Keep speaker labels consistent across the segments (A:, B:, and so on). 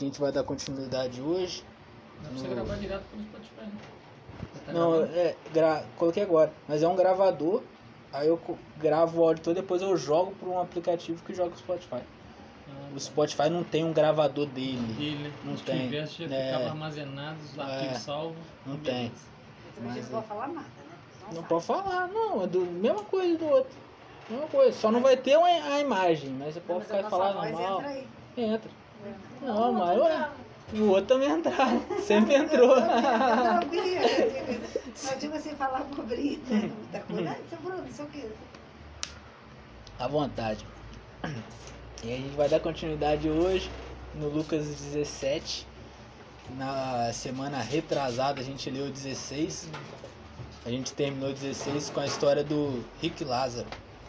A: que a gente vai dar continuidade hoje.
B: Não precisa gravar direto pelo Spotify, né? Tá
A: Não,
B: gravando?
A: coloquei agora. Mas é um gravador. Aí eu gravo o áudio todo, depois eu jogo para um aplicativo que joga o Spotify. O Spotify não tem um gravador dele. Não
B: Se
A: tem.
B: tivesse, já ficava armazenado, os arquivos salvos.
A: Não tem.
C: Mas não pode falar nada, né?
A: Não pode falar, não. É do mesma coisa do outro. Mesma coisa. Só não vai ter a imagem, mas você pode ficar falando normal.
C: Entra aí.
A: Entra. Não, mas o outro também entrava. Sempre entrou.
C: Não, eu digo assim, falar bobrinha, né? Da coisa, seu Bruno, não sei o quê.
A: À vontade. E a gente vai dar continuidade hoje no Lucas 17. Na semana retrasada a gente leu 16. A gente terminou 16 com a história do Rico e Lázaro.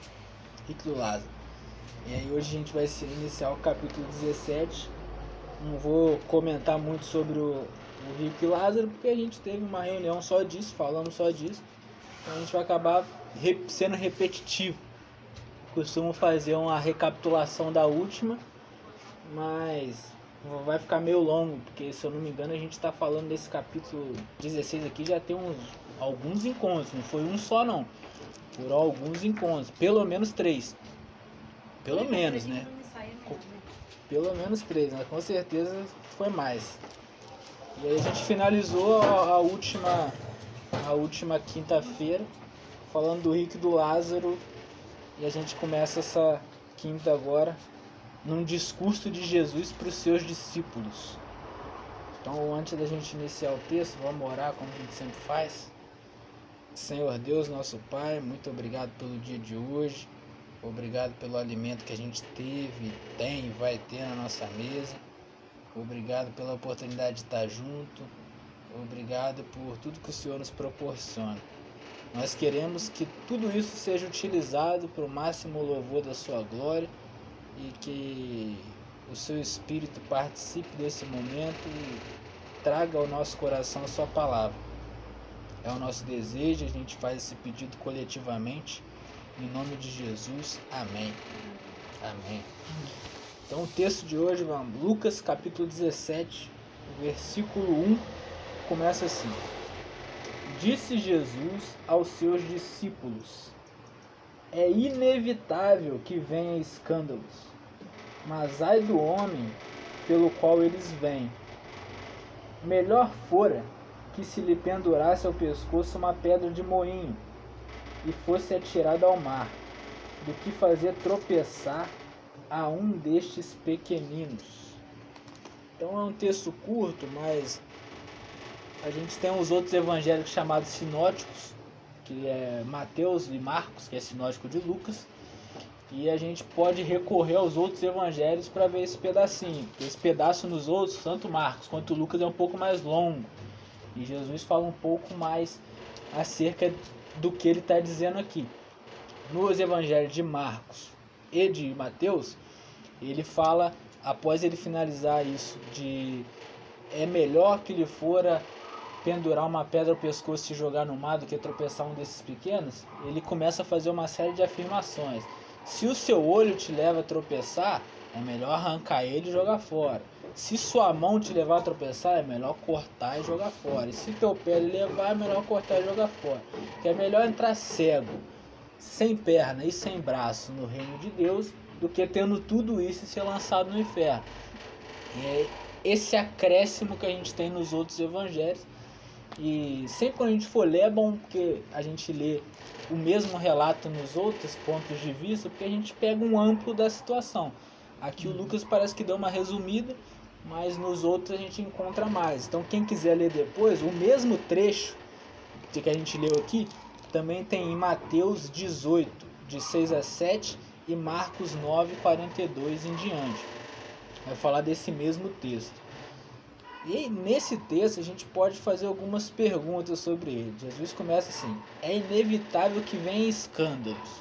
A: E aí hoje a gente vai iniciar o capítulo 17. Não vou comentar muito sobre o Rico e Lázaro, porque a gente teve uma reunião só disso, falamos só disso. Então a gente vai acabar sendo repetitivo. Costumo fazer uma recapitulação da última, mas vai ficar meio longo, porque se eu não me engano a gente está falando desse capítulo 16 aqui já tem alguns encontros, não foi um só não, foram alguns encontros, pelo menos 3, pelo menos, né? Pelo menos 3, mas com certeza foi mais. E aí a gente finalizou a última quinta-feira falando do Rico e do Lázaro. E a gente começa essa quinta agora num discurso de Jesus para os seus discípulos. Então, antes da gente iniciar o texto, vamos orar como a gente sempre faz. Senhor Deus, nosso Pai, muito obrigado pelo dia de hoje. Obrigado pelo alimento que a gente teve, tem e vai ter na nossa mesa. Obrigado pela oportunidade de estar junto. Obrigado por tudo que o Senhor nos proporciona. Nós queremos que tudo isso seja utilizado para o máximo louvor da sua glória e que o seu Espírito participe desse momento e traga ao nosso coração a sua palavra. É o nosso desejo, a gente faz esse pedido coletivamente, em nome de Jesus. Amém. Amém. Então o texto de hoje, vamos, Lucas capítulo 17, versículo 1, começa assim. Disse Jesus aos seus discípulos: é inevitável que venha escândalos, mas ai do homem pelo qual eles vêm. Melhor fora que se lhe pendurasse ao pescoço uma pedra de moinho e fosse atirado ao mar, do que fazer tropeçar a um destes pequeninos. Então é um texto curto, mas a gente tem os outros evangelhos chamados sinóticos, que é Mateus e Marcos, que é sinótico de Lucas, e a gente pode recorrer aos outros evangelhos para ver esse pedacinho. Esse pedaço nos outros, tanto Marcos quanto Lucas, é um pouco mais longo, e Jesus fala um pouco mais acerca do que ele está dizendo aqui. Nos evangelhos de Marcos e de Mateus, ele fala, após ele finalizar isso, de é melhor que lhe fora pendurar uma pedra ao pescoço e jogar no mar do que tropeçar um desses pequenos, ele começa a fazer uma série de afirmações. Se o seu olho te leva a tropeçar, é melhor arrancar ele e jogar fora. Se sua mão te levar a tropeçar, é melhor cortar e jogar fora. E se teu pé lhe levar, é melhor cortar e jogar fora. Que é melhor entrar cego, sem perna e sem braço no reino de Deus, do que tendo tudo isso e ser lançado no inferno. E é esse acréscimo que a gente tem nos outros evangelhos. E sempre quando a gente for ler é bom porque a gente lê o mesmo relato nos outros pontos de vista, porque a gente pega um amplo da situação. Aqui o Lucas parece que deu uma resumida, mas nos outros a gente encontra mais. Então quem quiser ler depois, o mesmo trecho que a gente leu aqui, também tem em Mateus 18, de 6 a 7 e Marcos 9, 42 em diante. Vai falar desse mesmo texto. E nesse texto a gente pode fazer algumas perguntas sobre ele. Jesus começa assim: é inevitável que venham escândalos.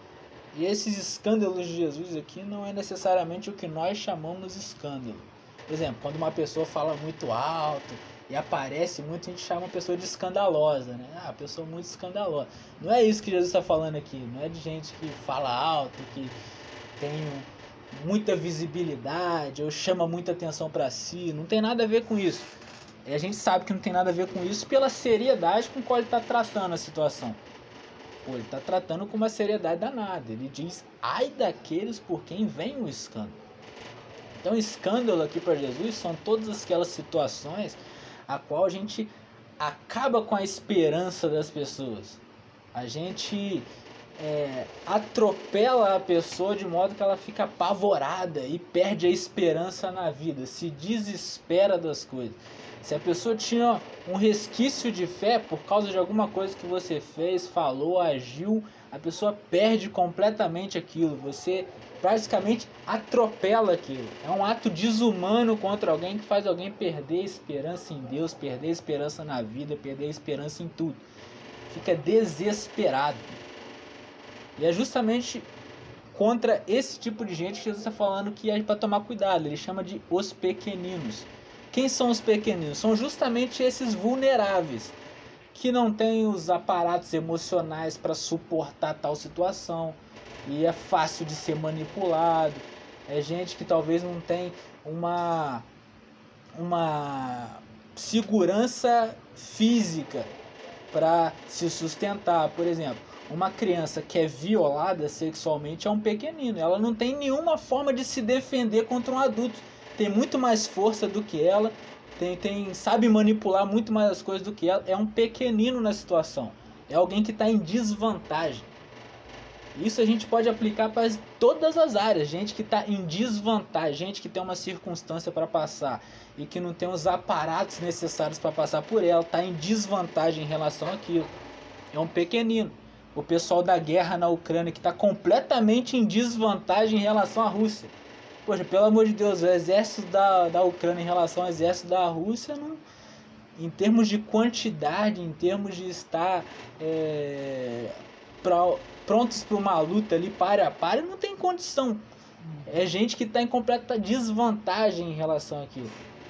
A: E esses escândalos de Jesus aqui não é necessariamente o que nós chamamos de escândalo. Por exemplo, quando uma pessoa fala muito alto e aparece muito, a gente chama a pessoa de escandalosa, né? Ah, a pessoa muito escandalosa. Não é isso que Jesus está falando aqui. Não é de gente que fala alto, que tem muita visibilidade ou chama muita atenção para si. Não tem nada a ver com isso. E a gente sabe que não tem nada a ver com isso pela seriedade com qual ele está tratando a situação. Pô, ele está tratando com uma seriedade danada. Ele diz, ai daqueles por quem vem o escândalo. Então, escândalo aqui para Jesus são todas aquelas situações a qual a gente acaba com a esperança das pessoas. A gente atropela a pessoa de modo que ela fica apavorada e perde a esperança na vida, se desespera das coisas. Se a pessoa tinha um resquício de fé por causa de alguma coisa que você fez, falou, agiu, a pessoa perde completamente aquilo. Você praticamente atropela aquilo. É um ato desumano contra alguém que faz alguém perder a esperança em Deus, perder a esperança na vida, perder a esperança em tudo. Fica desesperado. E é justamente contra esse tipo de gente que Jesus está falando que é para tomar cuidado. Ele chama de os pequeninos. Quem são os pequeninos? São justamente esses vulneráveis, que não têm os aparatos emocionais para suportar tal situação, e é fácil de ser manipulado. É gente que talvez não tem uma segurança física para se sustentar. Por exemplo, uma criança que é violada sexualmente é um pequenino. Ela não tem nenhuma forma de se defender contra um adulto. Tem muito mais força do que ela, sabe manipular muito mais as coisas do que ela. É um pequenino na situação. É alguém que está em desvantagem. Isso a gente pode aplicar para todas as áreas. Gente que está em desvantagem, gente que tem uma circunstância para passar e que não tem os aparatos necessários para passar por ela, está em desvantagem em relação àquilo. É um pequenino. O pessoal da guerra na Ucrânia que está completamente em desvantagem em relação à Rússia. Poxa, pelo amor de Deus, o exército da Ucrânia em relação ao exército da Rússia, não, em termos de quantidade, em termos de estar prontos para uma luta ali, para a para, não tem condição. É gente que está em completa desvantagem em relação àquilo.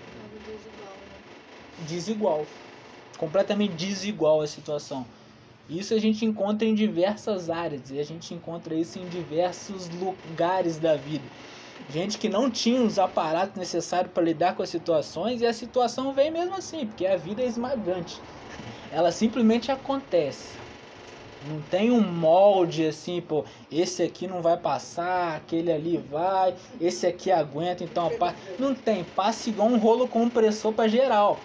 A: Desigual. Completamente desigual a situação. Isso a gente encontra em diversas áreas, e a gente encontra isso em diversos lugares da vida. Gente que não tinha os aparatos necessários para lidar com as situações, e a situação vem mesmo assim, porque a vida é esmagante. Ela simplesmente acontece. Não tem um molde assim, pô, esse aqui não vai passar, aquele ali vai, esse aqui aguenta, então não tem, passa igual um rolo compressor para geral.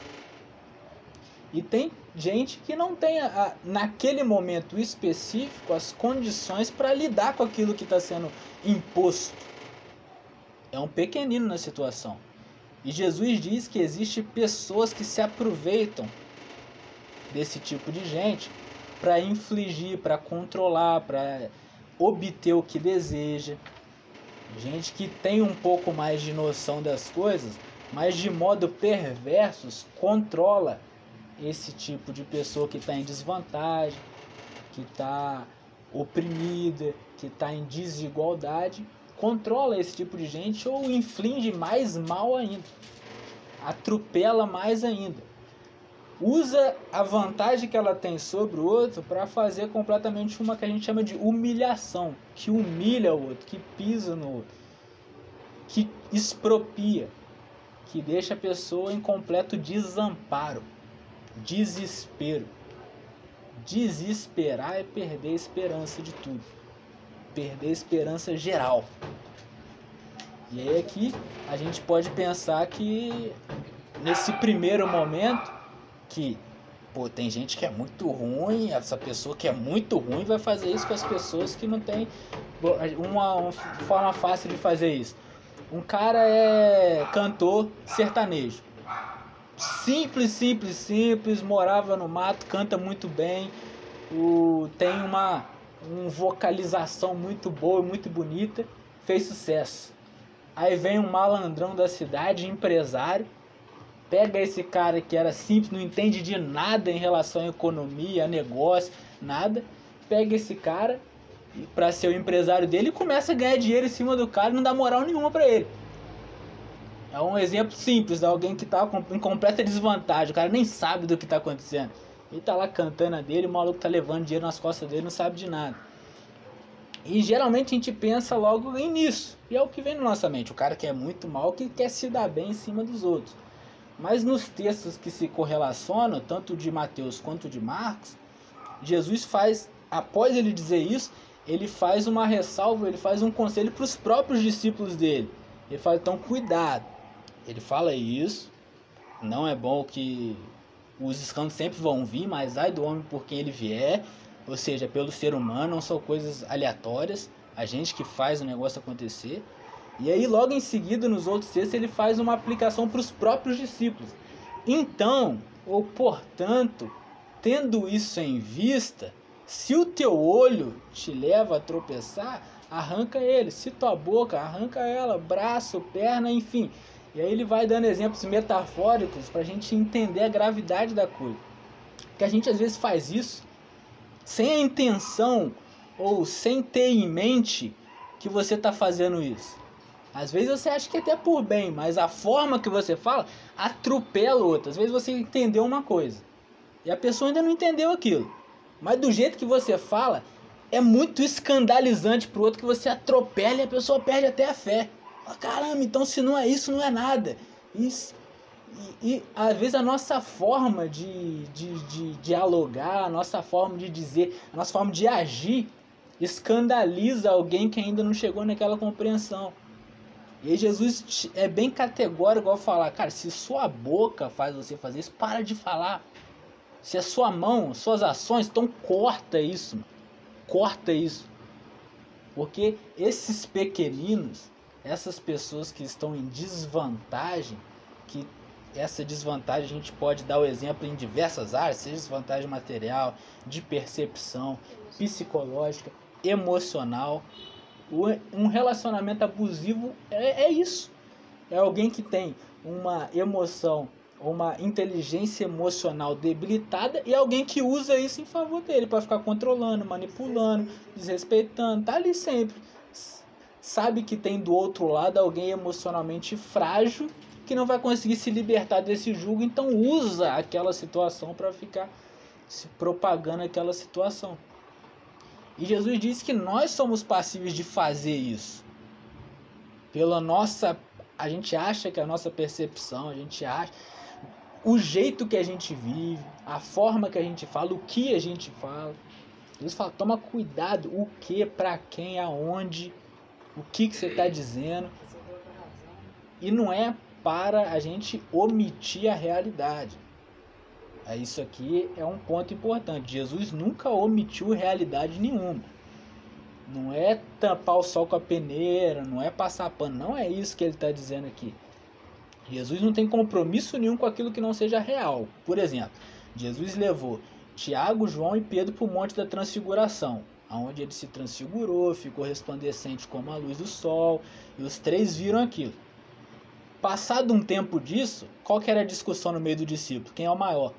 A: E tem gente que não tem, naquele momento específico, as condições para lidar com aquilo que está sendo imposto. É um pequenino na situação. E Jesus diz que existem pessoas que se aproveitam desse tipo de gente para infligir, para controlar, para obter o que deseja. Gente que tem um pouco mais de noção das coisas, mas de modo perverso controla esse tipo de pessoa que está em desvantagem, que está oprimida, que está em desigualdade. Controla esse tipo de gente ou inflige mais mal ainda, atropela mais ainda, usa a vantagem que ela tem sobre o outro para fazer completamente uma que a gente chama de humilhação, que humilha o outro, que pisa no outro, que expropria, que deixa a pessoa em completo desamparo, desespero. Desesperar é perder a esperança de tudo, perder a esperança geral. E aí aqui a gente pode pensar que nesse primeiro momento que, pô, tem gente que é muito ruim, essa pessoa que é muito ruim vai fazer isso com as pessoas que não tem uma forma fácil de fazer isso. Um cara é cantor sertanejo, simples, morava no mato, canta muito bem, tem uma vocalização muito boa, muito bonita, fez sucesso. Aí vem um malandrão da cidade, empresário, pega esse cara que era simples, não entende de nada em relação à economia, a negócio, nada, pega esse cara para ser o empresário dele e começa a ganhar dinheiro em cima do cara e não dá moral nenhuma para ele. É um exemplo simples de alguém que tá em completa desvantagem, o cara nem sabe do que tá acontecendo. Ele tá lá cantando a dele, o maluco tá levando dinheiro nas costas dele, não sabe de nada. E geralmente a gente pensa logo nisso. E é o que vem na nossa mente. O cara que é muito mal, que quer se dar bem em cima dos outros. Mas nos textos que se correlacionam, tanto de Mateus quanto de Marcos, Jesus faz, após ele dizer isso, ele faz uma ressalva, ele faz um conselho para os próprios discípulos dele. Ele fala, então cuidado. Ele fala isso, não é bom que os escândalos sempre vão vir, mas ai do homem por quem ele vier, ou seja, pelo ser humano, não são coisas aleatórias, a gente que faz o negócio acontecer. E aí logo em seguida, nos outros textos, ele faz uma aplicação para os próprios discípulos. Então, ou portanto, tendo isso em vista, se o teu olho te leva a tropeçar, arranca ele. Se tua boca, arranca ela, braço, perna, enfim. E aí ele vai dando exemplos metafóricos para a gente entender a gravidade da coisa. Porque a gente às vezes faz isso sem a intenção ou sem ter em mente que você está fazendo isso. Às vezes você acha que é até por bem, mas a forma que você fala atropela outra. Às vezes você entendeu uma coisa e a pessoa ainda não entendeu aquilo. Mas do jeito que você fala, é muito escandalizante pro outro que você atropela e a pessoa perde até a fé. Caramba, então se não é isso, não é nada. Isso. E às vezes a nossa forma de dialogar, a nossa forma de dizer, a nossa forma de agir escandaliza alguém que ainda não chegou naquela compreensão. E aí Jesus é bem categórico ao falar, cara, se sua boca faz você fazer isso, para de falar. Se a sua mão, suas ações, então corta isso. Corta isso. Porque esses pequeninos, essas pessoas que estão em desvantagem, que essa desvantagem a gente pode dar o exemplo em diversas áreas, seja desvantagem material, de percepção, psicológica, emocional. Um relacionamento abusivo é isso. É alguém que tem uma emoção, uma inteligência emocional debilitada e alguém que usa isso em favor dele para ficar controlando, manipulando, desrespeitando, tá ali sempre. Sabe que tem do outro lado alguém emocionalmente frágil que não vai conseguir se libertar desse jugo, então usa aquela situação para ficar se propagando aquela situação. E Jesus disse que nós somos passíveis de fazer isso. Pela nossa, a gente acha que a nossa percepção, a gente acha o jeito que a gente vive, a forma que a gente fala, o que a gente fala. Jesus fala, toma cuidado, o que, para quem, aonde, o que você está dizendo. E não é para a gente omitir a realidade. Isso aqui é um ponto importante. Jesus nunca omitiu realidade nenhuma. Não é tampar o sol com a peneira, não é passar pano, não é isso que ele está dizendo aqui. Jesus não tem compromisso nenhum com aquilo que não seja real. Por exemplo, Jesus levou Tiago, João e Pedro para o Monte da Transfiguração, onde ele se transfigurou, ficou resplandecente como a luz do sol, e os três viram aquilo. Passado um tempo disso, qual que era a discussão no meio do discípulo? Quem é o maior?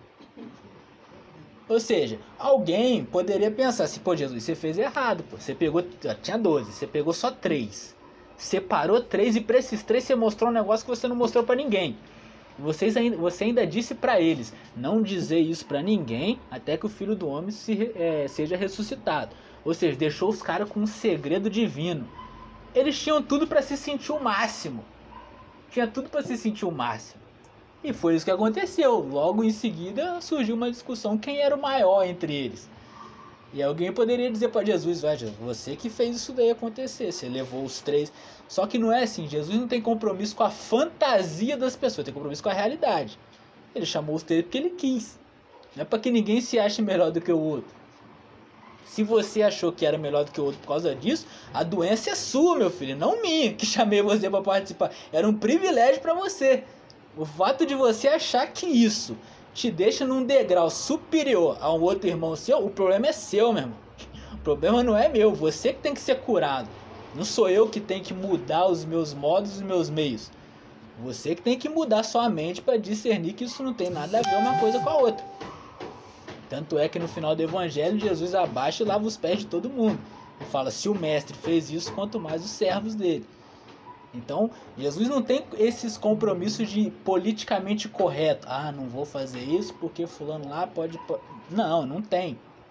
A: Ou seja, alguém poderia pensar assim, pô, Jesus, você fez errado, pô. Você pegou, tinha 12, você pegou só 3. Separou 3 e para esses 3 você mostrou um negócio que você não mostrou para ninguém. Você ainda disse para eles, não dizer isso para ninguém até que o Filho do Homem seja ressuscitado. Ou seja, deixou os caras com um segredo divino. Eles tinham tudo para se sentir o máximo. Tinha tudo para se sentir o máximo. E foi isso que aconteceu. Logo em seguida surgiu uma discussão quem era o maior entre eles. E alguém poderia dizer para Jesus, você que fez isso daí acontecer, você levou os 3. Só que não é assim, Jesus não tem compromisso com a fantasia das pessoas, tem compromisso com a realidade. Ele chamou os 3 porque ele quis. Não é para que ninguém se ache melhor do que o outro. Se você achou que era melhor do que o outro por causa disso, a doença é sua, meu filho, não minha, que chamei você para participar. Era um privilégio para você. O fato de você achar que isso te deixa num degrau superior a um outro irmão seu, o problema é seu, meu irmão. O problema não é meu, você que tem que ser curado. Não sou eu que tenho que mudar os meus modos e os meus meios. Você que tem que mudar sua mente para discernir que isso não tem nada a ver uma coisa com a outra. Tanto é que no final do evangelho, Jesus abaixa e lava os pés de todo mundo. E fala, se o mestre fez isso, quanto mais os servos dele. Então, Jesus não tem esses compromissos de politicamente correto. Ah, não vou fazer isso porque fulano lá pode... Não, não tem.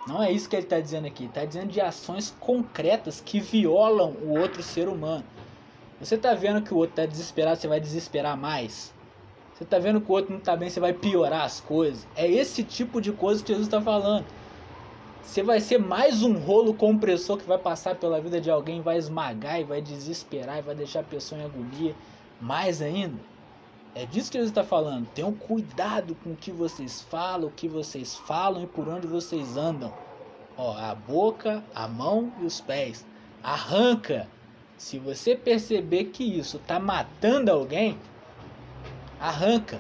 A: Não é isso que ele está dizendo aqui. Ele está dizendo de ações concretas que violam o outro ser humano. Você está vendo que o outro está desesperado, você vai desesperar mais. Você está vendo que o outro não está bem, você vai piorar as coisas. É esse tipo de coisa que Jesus está falando. Você vai ser mais um rolo compressor que vai passar pela vida de alguém, vai esmagar e vai desesperar e vai deixar a pessoa em agonia. Mais ainda. É disso que Jesus está falando. Tenham cuidado com o que vocês falam e por onde vocês andam. Ó, a boca, a mão e os pés. Arranca. Se você perceber que isso está matando alguém, arranca.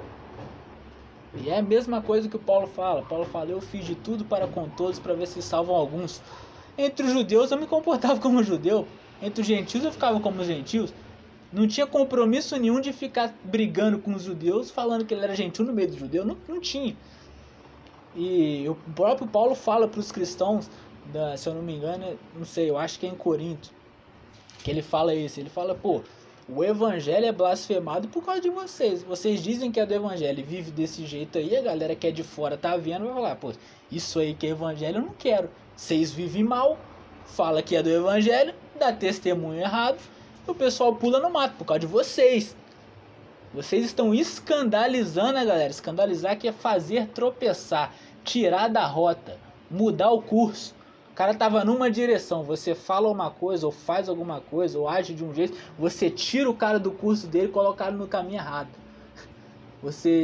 A: E é a mesma coisa que o Paulo fala. Paulo fala, eu fiz de tudo para com todos para ver se salvam alguns. Entre os judeus eu me comportava como judeu. Entre os gentios eu ficava como os gentios. Não tinha compromisso nenhum de ficar brigando com os judeus, falando que ele era gentil no meio do judeu. Não tinha. E o próprio Paulo fala para os cristãos, se eu não me engano, não sei, eu acho que é em Corinto, que ele fala isso. Ele fala, pô, o evangelho é blasfemado por causa de vocês. Vocês dizem que é do evangelho e vive desse jeito aí, a galera que é de fora tá vendo, vai falar, pô, isso aí que é evangelho eu não quero. Vocês vivem mal, fala que é do evangelho, dá testemunho errado, o pessoal pula no mato por causa de vocês. Vocês estão escandalizando a galera. Escandalizar que é fazer tropeçar, tirar da rota, mudar o curso. O cara tava numa direção, você fala uma coisa, ou faz alguma coisa, ou age de um jeito, você tira o cara do curso dele e coloca ele no caminho errado. Você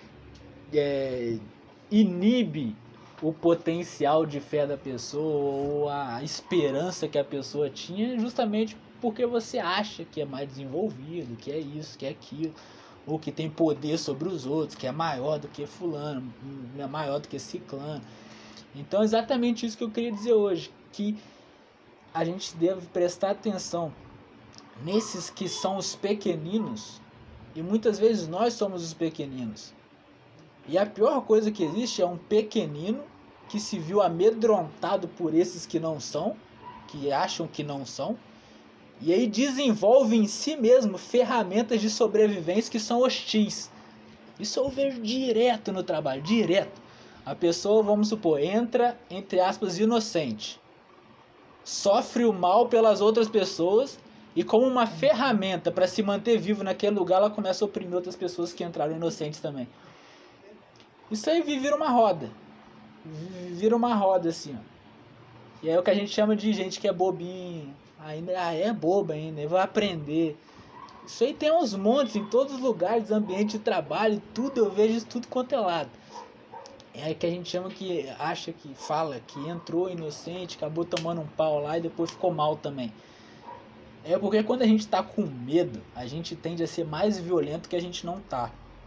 A: inibe o potencial de fé da pessoa, ou a esperança que a pessoa tinha, justamente porque você acha que é mais desenvolvido, que é isso, que é aquilo, ou que tem poder sobre os outros, que é maior do que fulano, é maior do que ciclano. Então é exatamente isso que eu queria dizer hoje, que a gente deve prestar atenção nesses que são os pequeninos, e muitas vezes nós somos os pequeninos. E a pior coisa que existe é um pequenino que se viu amedrontado por esses que não são, que acham que não são, e aí desenvolve em si mesmo ferramentas de sobrevivência que são hostis. Isso eu vejo direto no trabalho, direto. A pessoa, vamos supor, entra, entre aspas, inocente. Sofre o mal pelas outras pessoas e como uma ferramenta para se manter vivo naquele lugar, ela começa a oprimir outras pessoas que entraram inocentes também. Isso aí vira uma roda. Vira uma roda assim, ó. E é o que a gente chama de gente que é bobinho. Ainda é boba ainda, vai aprender. Isso aí tem uns montes em todos os lugares, ambiente de trabalho, tudo, eu vejo isso tudo quanto é lado. É que a gente chama que acha que fala que entrou inocente, acabou tomando um pau lá e depois ficou mal também. É porque quando a gente tá com medo, a gente tende a ser mais violento que a gente não tá.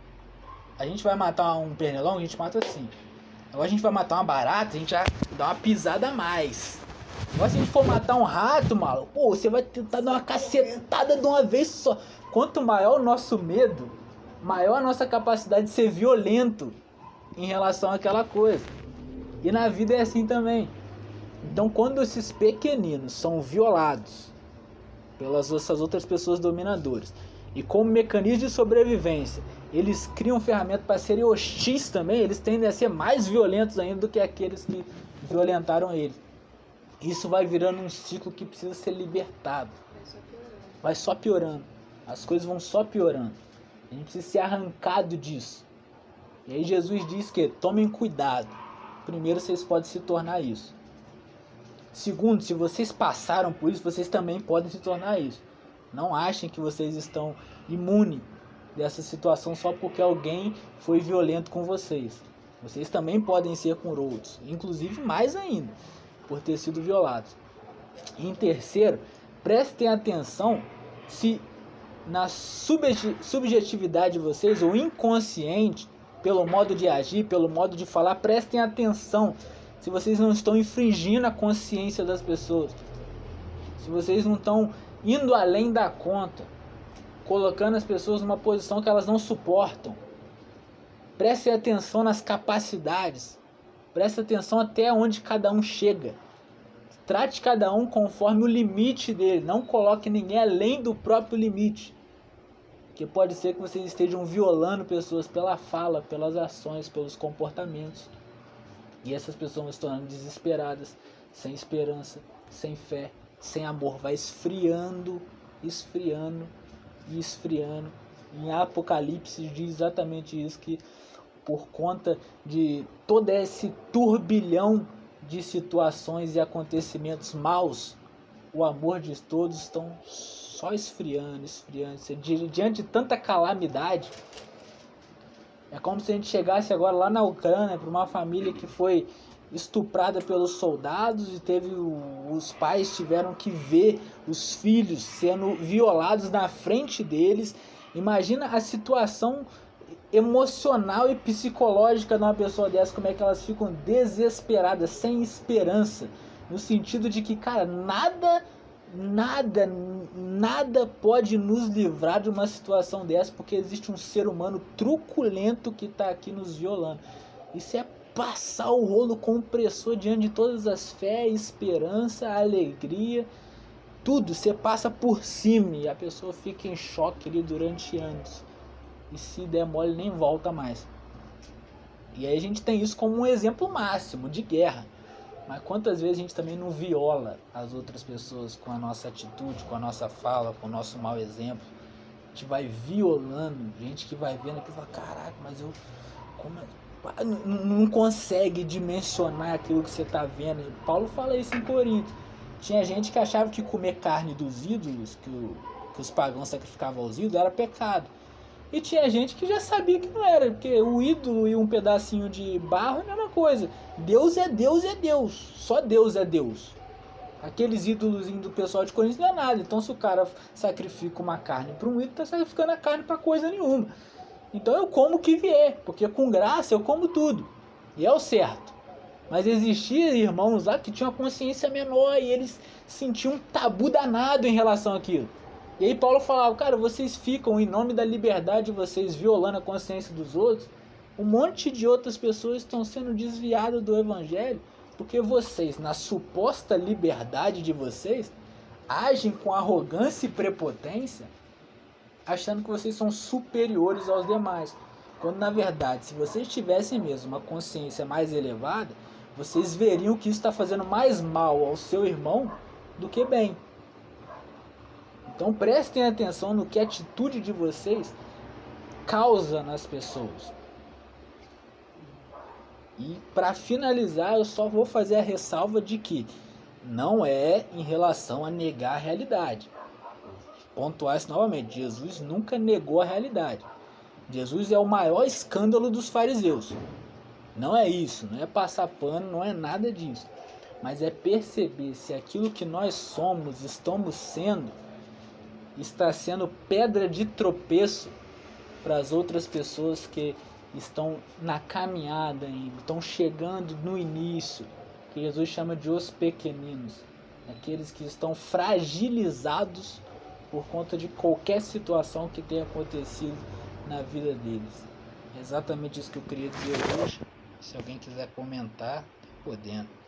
A: A gente vai matar um pernilongo, a gente mata assim. Agora a gente vai matar uma barata, a gente já dá uma pisada a mais. Agora se a gente for matar um rato, maluco, pô, você vai tentar dar uma cacetada de uma vez só. Quanto maior o nosso medo, maior a nossa capacidade de ser violento em relação àquela coisa. E na vida é assim também. Então quando esses pequeninos são violados pelas essas outras pessoas dominadoras, e como mecanismo de sobrevivência, eles criam ferramentas para serem hostis também, eles tendem a ser mais violentos ainda do que aqueles que violentaram eles. Isso vai virando um ciclo que precisa ser libertado. Vai só piorando. As coisas vão só piorando. A gente precisa ser arrancado disso. E aí Jesus diz que tomem cuidado. Primeiro, vocês podem se tornar isso. Segundo, se vocês passaram por isso, vocês também podem se tornar isso. Não achem que vocês estão imunes dessa situação só porque alguém foi violento com vocês. Vocês também podem ser com outros. Inclusive mais ainda, por ter sido violados. E em terceiro, prestem atenção se na subjetividade de vocês, ou inconsciente, pelo modo de agir, pelo modo de falar, prestem atenção se vocês não estão infringindo a consciência das pessoas, se vocês não estão indo além da conta, colocando as pessoas numa posição que elas não suportam. Prestem atenção nas capacidades, prestem atenção até onde cada um chega. Trate cada um conforme o limite dele, não coloque ninguém além do próprio limite. Porque pode ser que vocês estejam violando pessoas pela fala, pelas ações, pelos comportamentos. E essas pessoas vão se tornando desesperadas, sem esperança, sem fé, sem amor. Vai esfriando, esfriando e esfriando. Em Apocalipse diz exatamente isso, que por conta de todo esse turbilhão de situações e acontecimentos maus, o amor de todos estão só esfriando, esfriando. Diante de tanta calamidade, é como se a gente chegasse agora lá na Ucrânia para uma família que foi estuprada pelos soldados e os pais tiveram que ver os filhos sendo violados na frente deles. Imagina a situação emocional e psicológica de uma pessoa dessa, como é que elas ficam desesperadas, sem esperança, no sentido de que, cara, nada pode nos livrar de uma situação dessa, porque existe um ser humano truculento que está aqui nos violando. Isso é passar o rolo compressor diante de todas as fé, esperança, alegria, tudo, você passa por cima e a pessoa fica em choque ali durante anos. E se der mole, nem volta mais. E aí a gente tem isso como um exemplo máximo de guerra. Mas quantas vezes a gente também não viola as outras pessoas com a nossa atitude, com a nossa fala, com o nosso mau exemplo? A gente vai violando, gente que vai vendo aqui e fala, caraca, mas eu... não consegue dimensionar aquilo que você está vendo. Paulo fala isso em Corinto. Tinha gente que achava que comer carne dos ídolos, que os pagãos sacrificavam aos ídolos, era pecado. E tinha gente que já sabia que não era, porque o ídolo e um pedacinho de barro é a mesma coisa. Deus é Deus, é Deus. Só Deus é Deus. Aqueles ídolos do pessoal de Corinto não é nada. Então se o cara sacrifica uma carne para um ídolo, está sacrificando a carne para coisa nenhuma. Então eu como o que vier, porque com graça eu como tudo. E é o certo. Mas existiam irmãos lá que tinham uma consciência menor e eles sentiam um tabu danado em relação àquilo. E aí Paulo falava, cara, vocês ficam em nome da liberdade de vocês violando a consciência dos outros. Um monte de outras pessoas estão sendo desviadas do evangelho porque vocês, na suposta liberdade de vocês, agem com arrogância e prepotência, achando que vocês são superiores aos demais. Quando na verdade, se vocês tivessem mesmo uma consciência mais elevada, vocês veriam que isso está fazendo mais mal ao seu irmão do que bem. Então prestem atenção no que a atitude de vocês causa nas pessoas. E para finalizar, eu só vou fazer a ressalva de que não é em relação a negar a realidade. Pontuar isso novamente, Jesus nunca negou a realidade. Jesus é o maior escândalo dos fariseus. Não é isso, não é passar pano, não é nada disso. Mas é perceber se aquilo que nós somos, estamos sendo, está sendo pedra de tropeço para as outras pessoas que estão na caminhada, estão chegando no início, que Jesus chama de os pequeninos, aqueles que estão fragilizados por conta de qualquer situação que tenha acontecido na vida deles. É exatamente isso que eu queria dizer hoje. Se alguém quiser comentar, podendo.